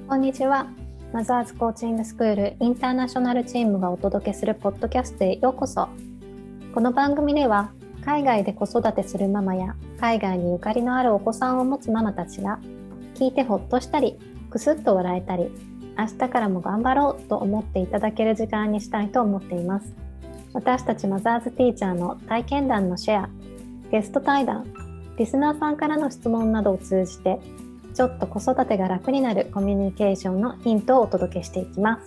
こんにちは。マザーズコーチングスクールインターナショナルチームがお届けするポッドキャストへようこそ。この番組では海外で子育てするママや海外にゆかりのあるお子さんを持つママたちが聞いてほっとしたりくすっと笑えたり明日からも頑張ろうと思っていただける時間にしたいと思っています。私たちマザーズティーチャーの体験談のシェア、ゲスト対談、リスナーさんからの質問などを通じてちょっと子育てが楽になるコミュニケーションのヒントをお届けしていきます。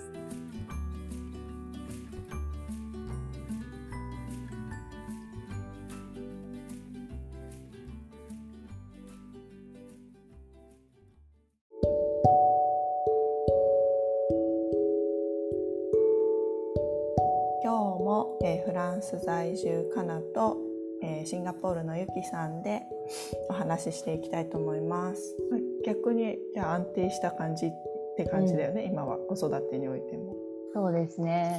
今日も、フランス在住かなと、シンガポールのゆきさんでお話ししていきたいと思います。逆にじゃあ安定した感じって感じだよね、今は子育てにおいても。 そうですね。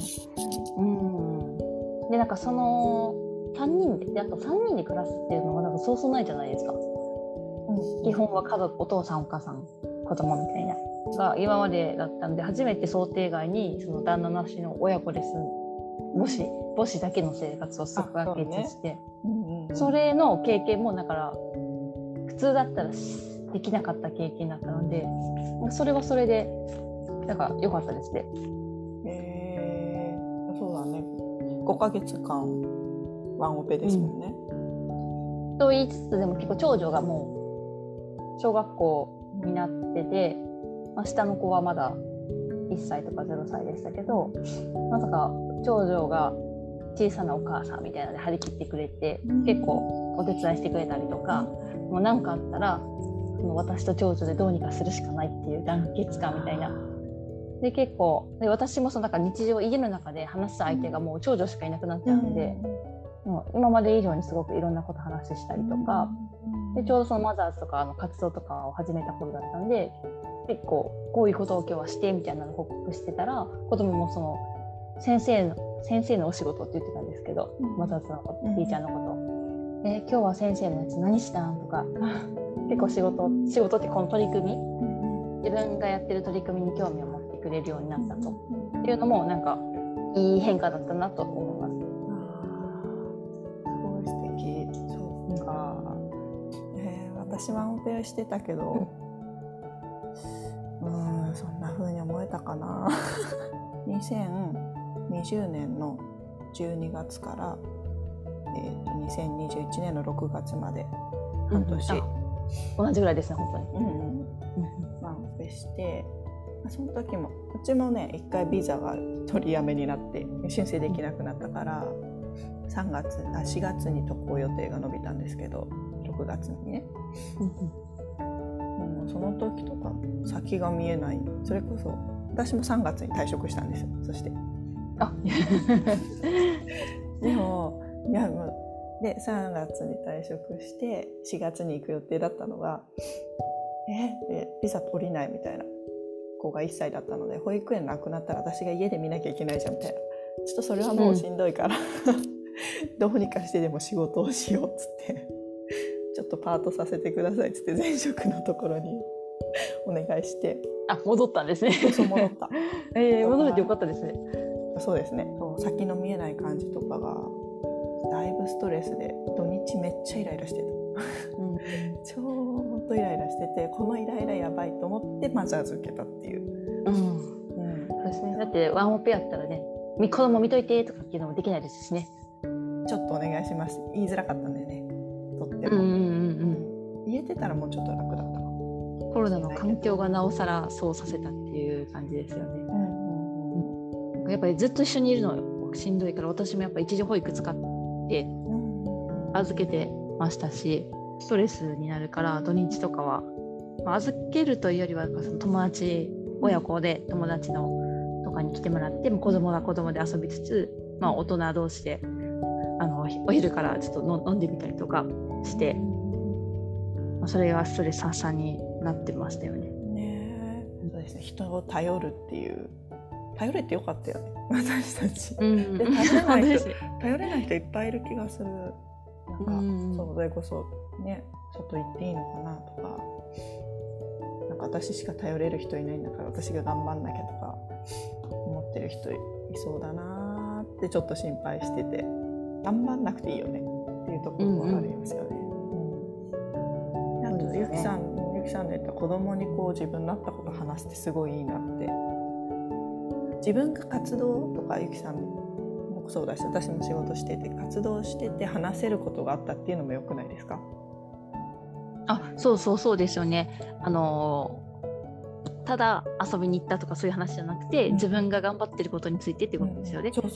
でなんかその3人であと3人で暮らすっていうのがなんかそうそうないじゃないですか。基本は家族、お父さんお母さん子供みたいなが今までだったんで、初めて想定外にその旦那なしの親子で母子だけの生活を確立して、それの経験もだから普通だったらできなかった経験だったので、それはそれでなんか良かったですね。 そうだね。5ヶ月間ワンオペですもんね。 と言いつつでも結構長女がもう小学校になってて、下の子はまだ1歳とか0歳でしたけど、まさか長女が小さなお母さんみたいなので張り切ってくれて、結構お手伝いしてくれたりとか、もう何かあったら私と長女でどうにかするしかないっていう団結感みたいな。で結構で私もそのなんか日常家の中で話す相手がもう長女しかいなくなっちゃうんで、もう今まで以上にすごくいろんなこと話したりとか、でちょうどそのマザーズとかの活動とかを始めた頃だったんで、結構こういうことを今日はしてみたいなのを報告してたら、子供もその先生のお仕事って言ってたんですけど、マザーズのこと、ティーチャーのこと、今日は先生のやつ何したんとか結構仕事ってこの取り組み、自分がやってる取り組みに興味を持ってくれるようになったというのもなんかいい変化だったなと思います。 すごい素敵。そうか。私はオペしてたけど、そんな風に思えたかな。2020年の12月から、2021年の6月まで半年、 同じぐらいですね本当に。 ワンオペして、その時もうちもね一回ビザが取りやめになって申請できなくなったから4月に渡航予定が伸びたんですけど、6月にね、その時とか先が見えない。それこそ私も3月に退職したんですよ。そしてでもで3月に退職して4月に行く予定だったのがでビザ取りないみたいな子が1歳だったので、保育園なくなったら私が家で見なきゃいけないじゃんみたいな、ちょっとそれはもうしんどいから、どうにかしてでも仕事をしようっつってちょっとパートさせてくださいっつって前職のところにお願いして、 戻ったんですね。 そう戻った戻れてよかったですね。 そうですね。先の見えない感じとかがだいぶストレスで土日めっちゃイライラしてた、超ほんとイライラしてて、このイライラやばいと思ってマザーズ受けたっていう。 そうですね。だってワンオペやったらね、子供見といてとかっていうのもできないですしね。 ちょっとお願いします言いづらかったんだよね、とっても。言えてたらもうちょっと楽だったかも。 コロナの環境がなおさらそうさせたっていう感じですよね。やっぱりずっと一緒にいるのしんどいから、私もやっぱ一時保育使って預けてましたし、ストレスになるから土日とかは、預けるというよりはその友達親子で友達のとかに来てもらって、子供が子供で遊びつつ、大人同士でお昼からちょっと飲んでみたりとかして、それがストレス発散になってましたよね。 そうですね。人を頼るっていう、頼れてよかったよね私たち、で頼れない人いっぱいいる気がする。なんかそれこそね、外行っていいのかなとか、なんか私しか頼れる人いないんだから私が頑張んなきゃとか思ってる人いそうだなってちょっと心配してて、頑張んなくていいよねっていうところもありますよね。あとゆきさんの言った子供にこう自分のあったこと話すってすごいいいなって。自分が活動とかゆきさんもそうだし、私も仕事してて活動してて話せることがあったっていうのも良くないですか？ そうですよね。ただ遊びに行ったとかそういう話じゃなくて、自分が頑張ってることについてっていうことですよね。 そう、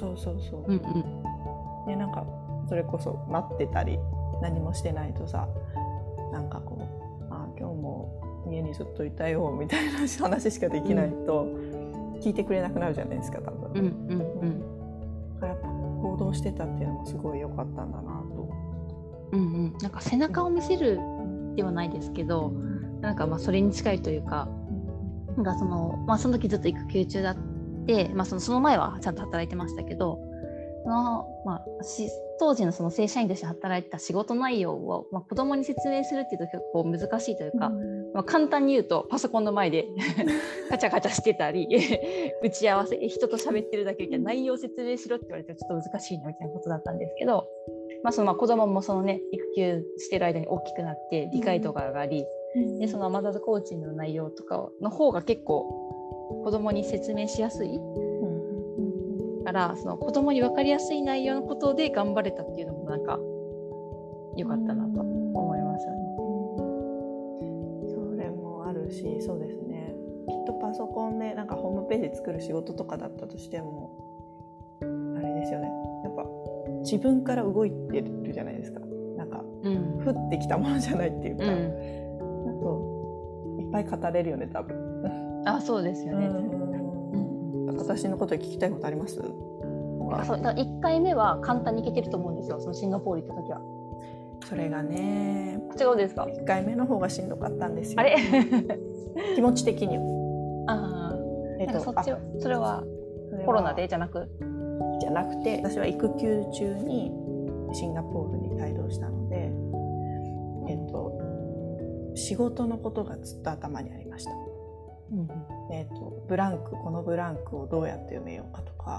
ね、なんかそれこそ待ってたり何もしてないとさ、なんかこう今日も家にずっといたよみたいな話しかできないと、聞いてくれなくなるじゃないですか多分。やっぱ行動してたっていうのもすごい良かったんだなと。 なんか背中を見せるではないですけど、なんかそれに近いというか、なんかその時ずっと育休中だって、その前はちゃんと働いてましたけど、当時のその正社員として働いてた仕事内容を、子供に説明するっていうと結構難しいというか、簡単に言うとパソコンの前でカチャカチャしてたり打ち合わせ人と喋ってるだけみたいな、内容を説明しろって言われてちょっと難しいなみたいなことだったんですけど、子供もそのね育休してる間に大きくなって理解度が上がり、でそのマザーズコーチングの内容とかの方が結構子供に説明しやすいから、その子供に分かりやすい内容のことで頑張れたっていうのもなんか良かったなと思いますよね。 それもあるし、そうですね、きっとパソコンでなんかホームページ作る仕事とかだったとしてもあれですよね、やっぱ自分から動いてるじゃないですか。なんか、降ってきたものじゃないっていうか、あといっぱい語れるよね多分。 そうですよね。 私のこと聞きたいことあります？ 1回目は簡単にいけてると思うんですよ、そのシンガポール行った時は。 それがね、 違うですか ？1回目の方がしんどかったんですよ。 あれ気持ち的にそれはコロナでじゃなくて、私は育休中にシンガポールに帯同したので、仕事のことがずっと頭にありました。このブランクをどうやって読めようかとか、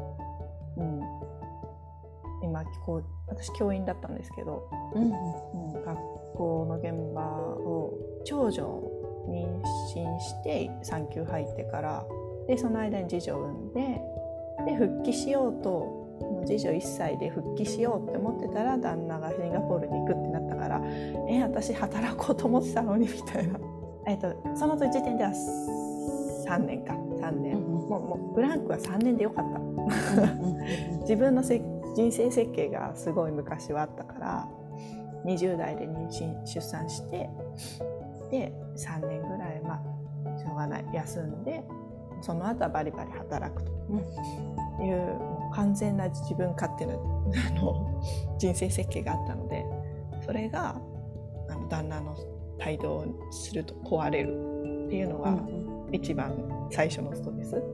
今私教員だったんですけど、学校の現場を長女を妊娠して産休入ってから、でその間に次女を産んで、復帰しようと、次女1歳で復帰しようって思ってたら旦那がシンガポールに行くってなったから、私働こうと思ってたのにみたいな。その時点では3年もうブランクは3年でよかった自分の人生設計がすごい昔はあったから、20代で出産して、で3年ぐらいしょうがない休んで、その後はバリバリ働くという、もう完全な自分勝手な人生設計があったので、それが旦那の帯同すると壊れるっていうのが一番最初のストレス、で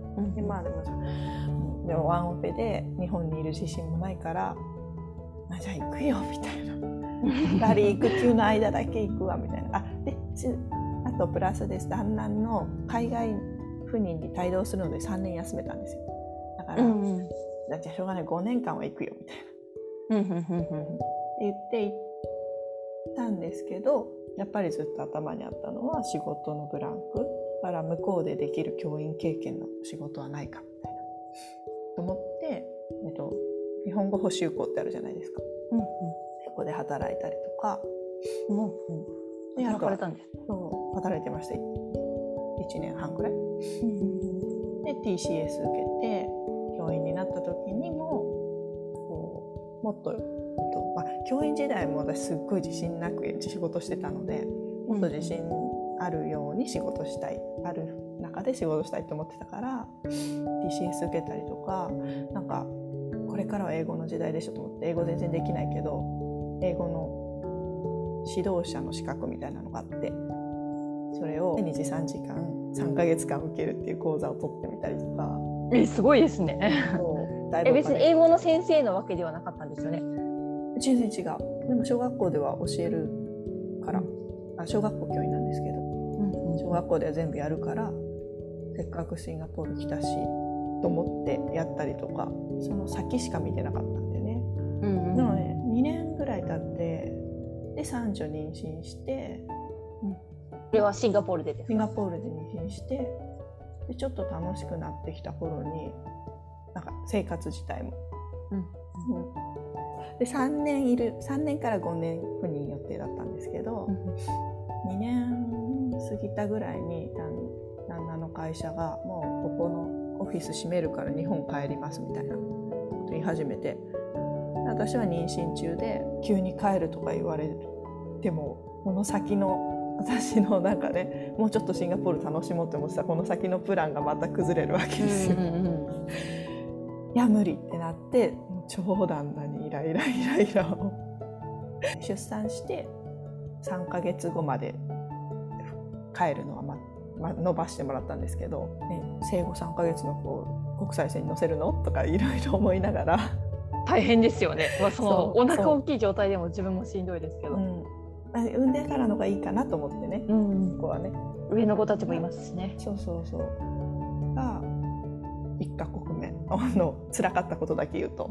もワンオペで日本にいる自信もないから、じゃあ行くよみたいなバリ育休の間だけ行くわみたいな。あとプラスです、旦那の海外赴任に帯同するので3年休めたんですよ。だから、じゃあしょうがない5年間は行くよみたいなって言って行ったんですけど、やっぱりずっと頭にあったのは仕事のブランクから向こうでできる教員経験の仕事はないかみたいなと思って、日本語補習校ってあるじゃないですか、そこで働いたりとか、 働かれたんです。 そう働いてました。1年半ぐらい、で TCS 受けて教員になった時にももっと教員時代も私すっごい自信なく仕事してたので、もっと自信あるように仕事したい、ある中で仕事したいと思ってたから TCS 受けたりとか、なんかこれからは英語の時代でしょと思って、英語全然できないけど英語の指導者の資格みたいなのがあって、それを2時3時間3ヶ月間受けるっていう講座を取ってみたりとか。 すごいですね別に英語の先生のわけではなかったんですよね。 全然違う。でも小学校では教えるから、小学校教員なんですけど、小学校では全部やるから、せっかくシンガポール来たしと思ってやったりとか、その先しか見てなかったんだよね。なので2年ぐらい経ってで三女妊娠して、 これはシンガポールでですか？ シンガポールで妊娠してでちょっと楽しくなってきた頃になんか生活自体も、で3年から5年赴任予定だったんですけど、2年過ぎたぐらいに旦那の会社がもうここのオフィス閉めるから日本帰りますみたいなこと言い始めて、私は妊娠中で急に帰るとか言われてもこの先の私のなんかね、もうちょっとシンガポール楽しもうって思ってたこの先のプランがまた崩れるわけですよ。いや無理ってなって超旦那にイライラを出産して3ヶ月後まで帰るのは伸ばしてもらったんですけど、ね、生後3ヶ月の子を国際線に乗せるのとかいろいろ思いながら大変ですよね、そのお腹大きい状態でも自分もしんどいですけど、 産んでからのがいいかなと思ってね、ここはね上の子たちもいますしね。 そうが1カ国目の辛かったことだけ言うと、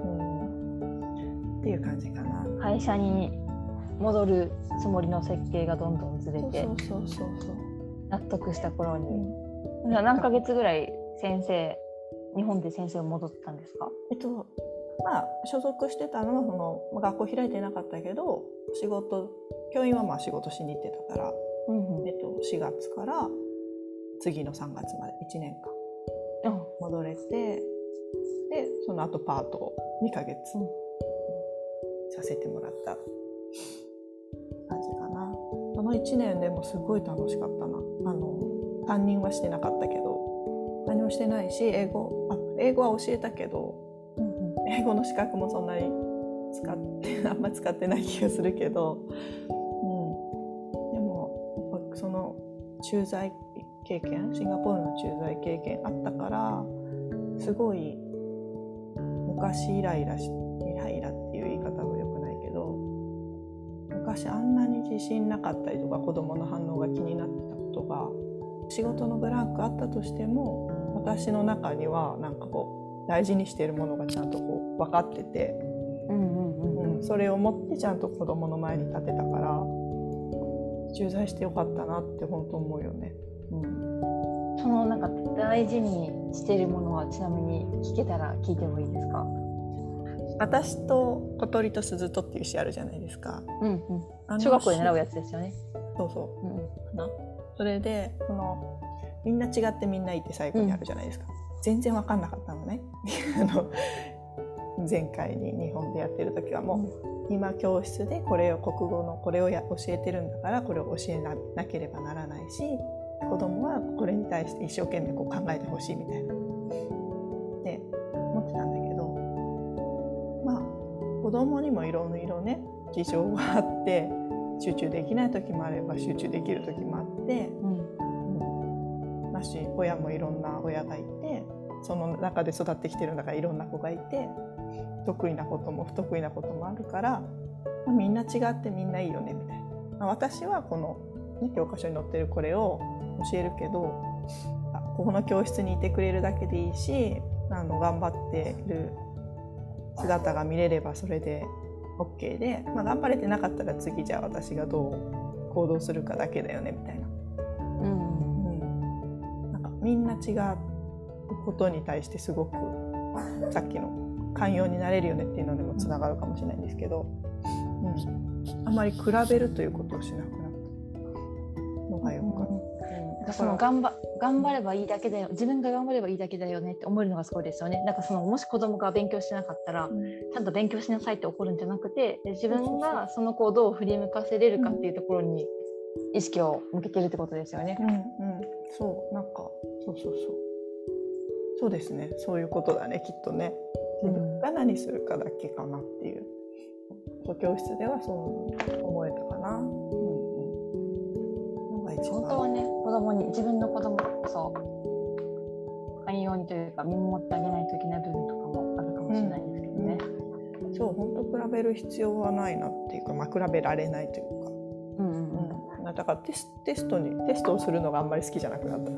っていう感じかな。 会社に戻るつもりの設計がどんどんずれて納得した頃に、何ヶ月ぐらい日本で先生戻ったんですか？ 所属してたのは学校開いてなかったけど教員は仕事しに行ってたから、4月から次の3月まで1年間戻れて、でその後パートを2ヶ月させてもらった感じかな。その1年でもすごい楽しかったな。担任はしてなかったけど、何もしてないし英語は教えたけど、英語の資格もそんなにあんま使ってない気がするけど、でもその駐在経験、シンガポールの駐在経験あったからすごい昔イライラっていう言い方は良くないけど、昔あんなに自信なかったりとか子供の反応が気になってたことが仕事のブランクあったとしても私の中にはなんか大事にしているものがちゃんと分かってて、それを持ってちゃんと子供の前に立てたから駐在してよかったなって本当思うよね。 そのなんか大事にしているものはちなみに聞けたら聞いてもいいですか？ 私と小鳥と鈴とっていう詩あるじゃないですか。 小学校で習うやつですよね。 それでみんな違ってみんないいって最後にあるじゃないですか。全然分かんなかったのね前回に日本でやってる時はもう、今教室で国語のこれを教えてるんだからこれを教えなければならないし、子供はこれに対して一生懸命考えてほしいみたいなって思ってたんだけど、子供にもいろいろね事情があって集中できない時もあれば集中できる時もあって、親もいろんな親がいてその中で育ってきてるんだからいろんな子がいて得意なことも不得意なこともあるから、みんな違ってみんないいよねみたいな。私はこの、教科書に載ってるこれを教えるけどここの教室にいてくれるだけでいいし頑張ってる姿が見れればそれで OK で、頑張れてなかったら次じゃあ私がどう行動するかだけだよねみたいな。みんな違うことに対してすごくさっきの寛容になれるよねっていうのにもつながるかもしれないんですけど、あまり比べるということをしなくなったのがよかった。 その頑張ればいいだけだよ、自分が頑張ればいいだけだよねって思えるのがすごいですよね。もし子供が勉強してなかったら、ちゃんと勉強しなさいって怒るんじゃなくて、自分がその子をどう振り向かせれるかっていうところに意識を向けてるってことですよね。 そうですね。そういうことだね、きっとね。自分が何するかだけかなっていう。教室ではそう思えたかな。 本当はね、自分の子供こそ寛容にというか見守ってあげないといけない部分とかもあるかもしれないですけどね。本当比べる必要はないなっていうか、比べられないというか。 だからテストをするのがあんまり好きじゃなくなった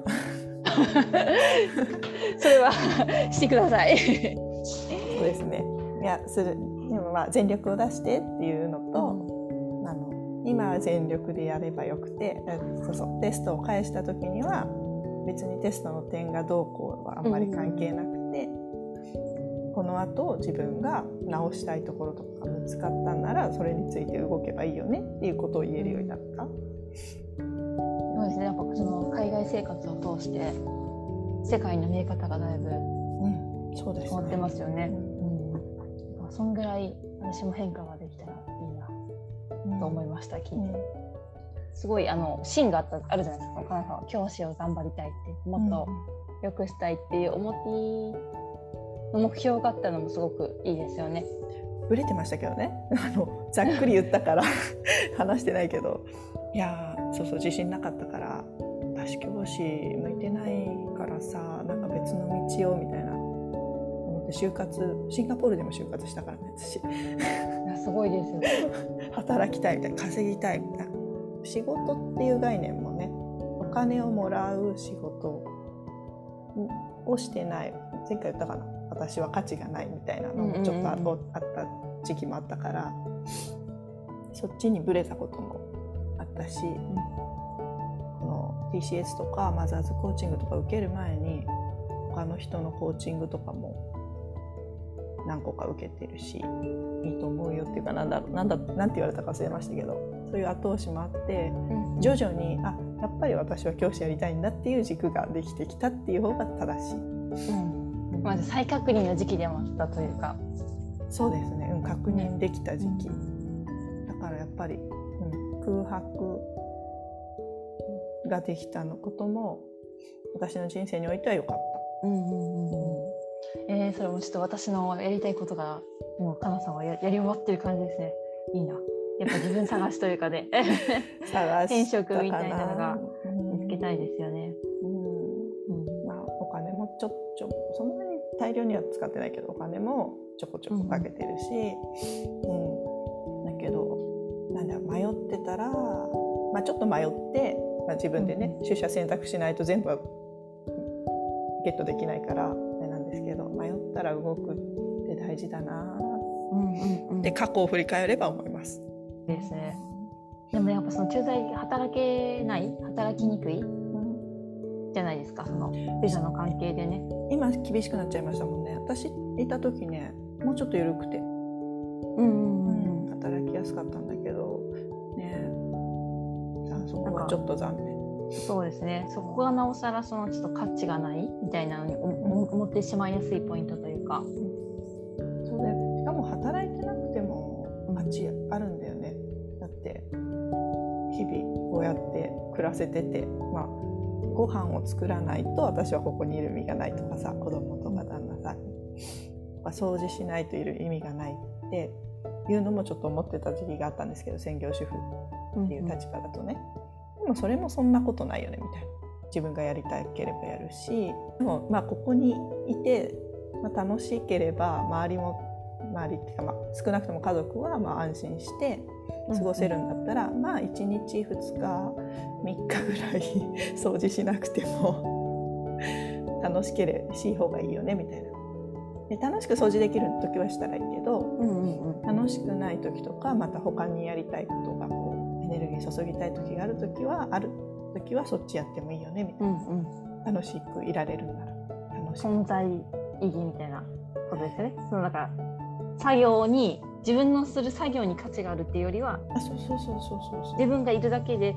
それはしてくださいそうですね。いやでもまあ全力を出してっていうのと、今は全力でやればよくて、そうテストを返した時には別にテストの点がどうこうはあんまり関係なくて、この後自分が直したいところとかが見つかったんならそれについて動けばいいよねっていうことを言えるようになった。 そうですね。やっぱその海外生活を通して世界の見え方がだいぶそうですね、 変わってますよね。そんぐらい私も変化ができたらいいなと思いました、聞いて。すごい芯があるじゃないですか。かなさんは教師を頑張りたいってもっと良くしたいっていう目標があったのもすごくいいですよね。 ブレてましたけどねざっくり言ったから話してないけど、いやそう自信なかったから私教師向いてないからさ、なんか別の道をみたいな思って就活シンガポールでも就活したからね私いやすごいですよ働きたいみたいな、稼ぎたいみたいな、仕事っていう概念もね、お金をもらう仕事をしてない、前回言ったかな、私は価値がないみたいなのもちょっとあった時期もあったから、そっちにブレたこともあったし、この TCS とかマザーズコーチングとか受ける前に他の人のコーチングとかも何個か受けてるし、いいと思うよっていうか、なんて言われたか忘れましたけど、そういう後押しもあって、徐々にやっぱり私は教師やりたいんだっていう軸ができてきたっていう方が正しい。 まず再確認の時期でもあったというか。 そうですね、確認できた時期、だからやっぱり、空白ができたことも私の人生においては良かった。 それもちょっと私のやりたいことがもうかなさんは やり終わってる感じですね。いいな。やっぱ自分探しというかね転職みたいなのが見つけたいですよね。 お金もそんなに大量には使ってないけど、お金もちょこちょこかけてるし、だけど迷ってたら、ちょっと迷って、自分でね、取捨選択しないと全部はゲットできないからあれなんですけど、迷ったら動くって大事だなって過去を振り返れば思いますですね。でもやっぱその駐在働きにくいじゃないですか、そのビザの関係でね。今厳しくなっちゃいましたもんね。私いた時ね、もうちょっと緩くて、働きやすかったんだけどね、そこはちょっと残念。 そうですね、そこがなおさらちょっと価値がないみたいなのに思ってしまいやすいポイントというか、 そうだよ。しかも働いてなくても価値あるんだよね。だって日々こうやって暮らせてて、ご飯を作らないと私はここにいる意味がないとかさ、子供とか旦那さんとか掃除しないといる意味がないっていうのもちょっと思ってた時期があったんですけど、専業主婦っていう立場だとね、でもそれもそんなことないよねみたいな、自分がやりたければやるし、でもここにいて、楽しければ周りっていうか、少なくとも家族は安心して過ごせるんだったら、1日2日3日ぐらい掃除しなくても楽しければしい方がいいよねみたいな。で楽しく掃除できる時はしたらいいけど、楽しくない時とか、また他にやりたいことがエネルギー注ぎたい時がある時はそっちやってもいいよねみたいな、楽しくいられるなら楽しく、 存在意義みたいなことですよね。だから作業に、自分のする作業に価値があるっていうよりは、 そう自分がいるだけで、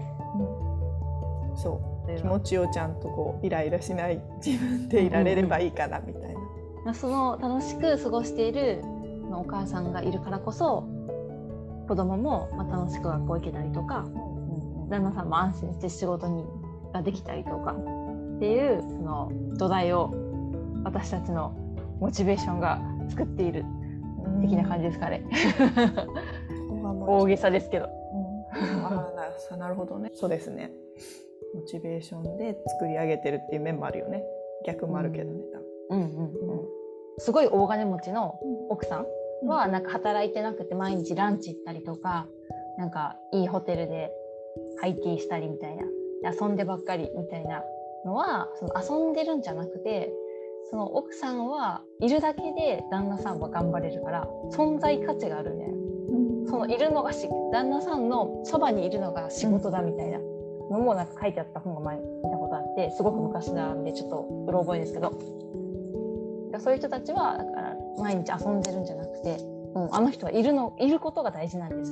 そう気持ちをちゃんとイライラしない自分でいられればいいかなみたいな、 その楽しく過ごしているお母さんがいるからこそ、子供も楽しく学校行けたりとか、旦那さんも安心して仕事ができたりとかっていうその土台を私たちのモチベーションが作っている的な感じですかね。大げさですけど。 なるほどね。そうですね。モチベーションで作り上げてるっていう面もあるよね。逆もあるけどね。 すごい大金持ちの奥さんは働いてなくて毎日ランチ行ったりとか、いいホテルでハイティーしたりみたいな、遊んでばっかりみたいなのは、その遊んでるんじゃなくて、その奥さんはいるだけで旦那さんは頑張れるから存在価値があるね、そのいるのが旦那さんのそばにいるのが仕事だみたいなのもなんか書いてあった本が前見たことあって、すごく昔なんでちょっとうろ覚えですけど、そういう人たちはだから毎日遊んでるんじゃなくて、あの人はいることが大事なんです、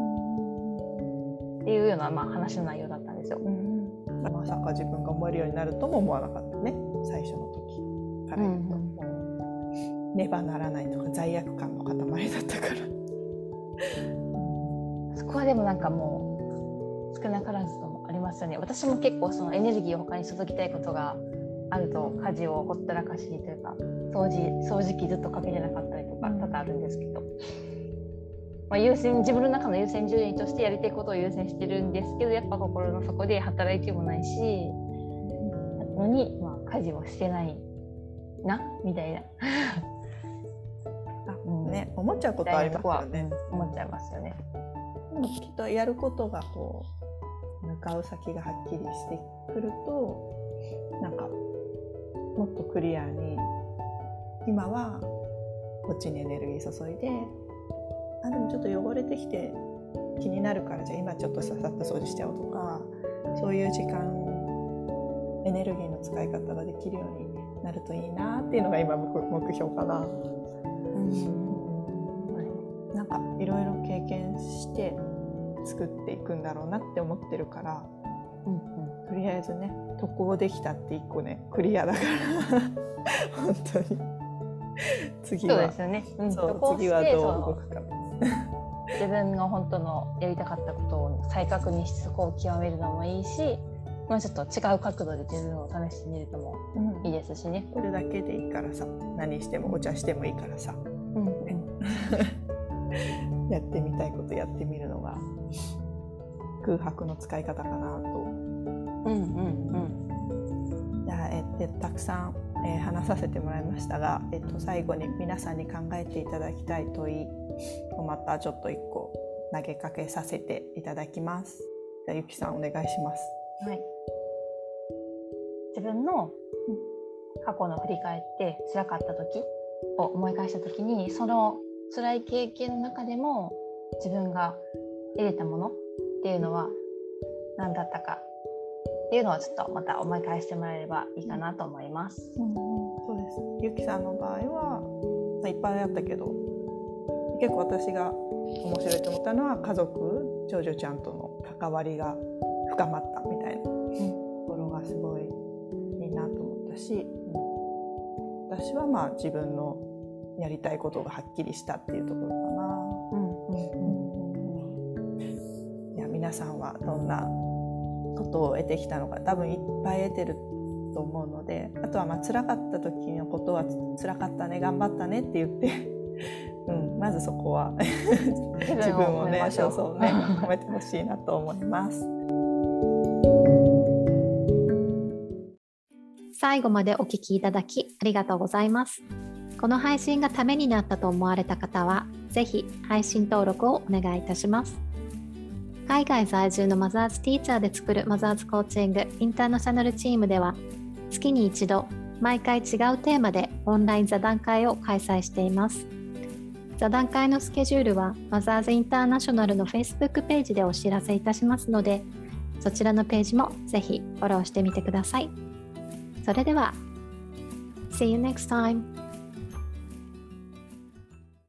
っていうような話の内容だったんですよ。 まさか自分が思えるようになるとも思わなかったね、最初の時から言うと、ねばならないとか罪悪感の塊だったからそこはでもなんかもう少なからずともありますよね。私も結構そのエネルギーを他に注ぎたいことがあると、家事をほったらかしというか掃除機ずっとかけてなかったりとか多々あるんですけど、自分の中の優先順位としてやりたいことを優先してるんですけど、やっぱ心の底で働いてもないしのに、家事をしてないなみたいなね、思っちゃうことありますよね。 思っちゃいますよね。 きっとやることがこう向かう先がはっきりしてくると、なんかもっとクリアに今はこっちにエネルギー注いで、でもちょっと汚れてきて気になるからじゃあ今ちょっとさっと掃除しちゃおうとか、そういう時間エネルギーの使い方ができるようになるといいなっていうのが今目標かな。なんかいろいろ経験して作っていくんだろうなって思ってるから、とりあえずね渡航できたって一個ねクリアだから本当に次はそうですよね、 次はどう動くか自分の本当のやりたかったことを再確認してそこを極めるのもいいし、ちょっと違う角度で自分を試してみるのもいいですしね、 これだけでいいからさ、何してもお茶してもいいからさ、やってみたいことやってみるのが空白の使い方かなと。じゃあ、たくさん、話させてもらいましたが、最後に皆さんに考えていただきたい問いをまたちょっと一個投げかけさせていただきます。じゃあゆきさんお願いします。 はい、自分の過去の振り返って辛かった時を思い返した時に、その辛い経験の中でも自分が得れたものっていうのは何だったかっていうのをちょっとまた思い返してもらえればいいかなと思います。 そうです。ゆきさんの場合はいっぱいあったけど、結構私が面白いと思ったのは家族、長女ちゃんとの関わりが深まったみたいなところがすごいいいなと思ったし、私は自分のやりたいことがはっきりしたっていうところかな。いや、皆さんはどんなことを得てきたのか、多分いっぱい得てると思うので、あとは辛かった時のことは辛かったね、頑張ったねって言ってまずそこは自分をね、褒めてほしいなと思います。 最後までお聞きいただきありがとうございます。この配信がためになったと思われた方は、ぜひ配信登録をお願いいたします。海外在住のマザーズティーチャーで作るマザーズコーチングインターナショナルチームでは、月に一度毎回違うテーマでオンライン座談会を開催しています。座談会のスケジュールはマザーズインターナショナルの Facebook ページでお知らせいたしますので、そちらのページもぜひフォローしてみてください。それでは See you next time!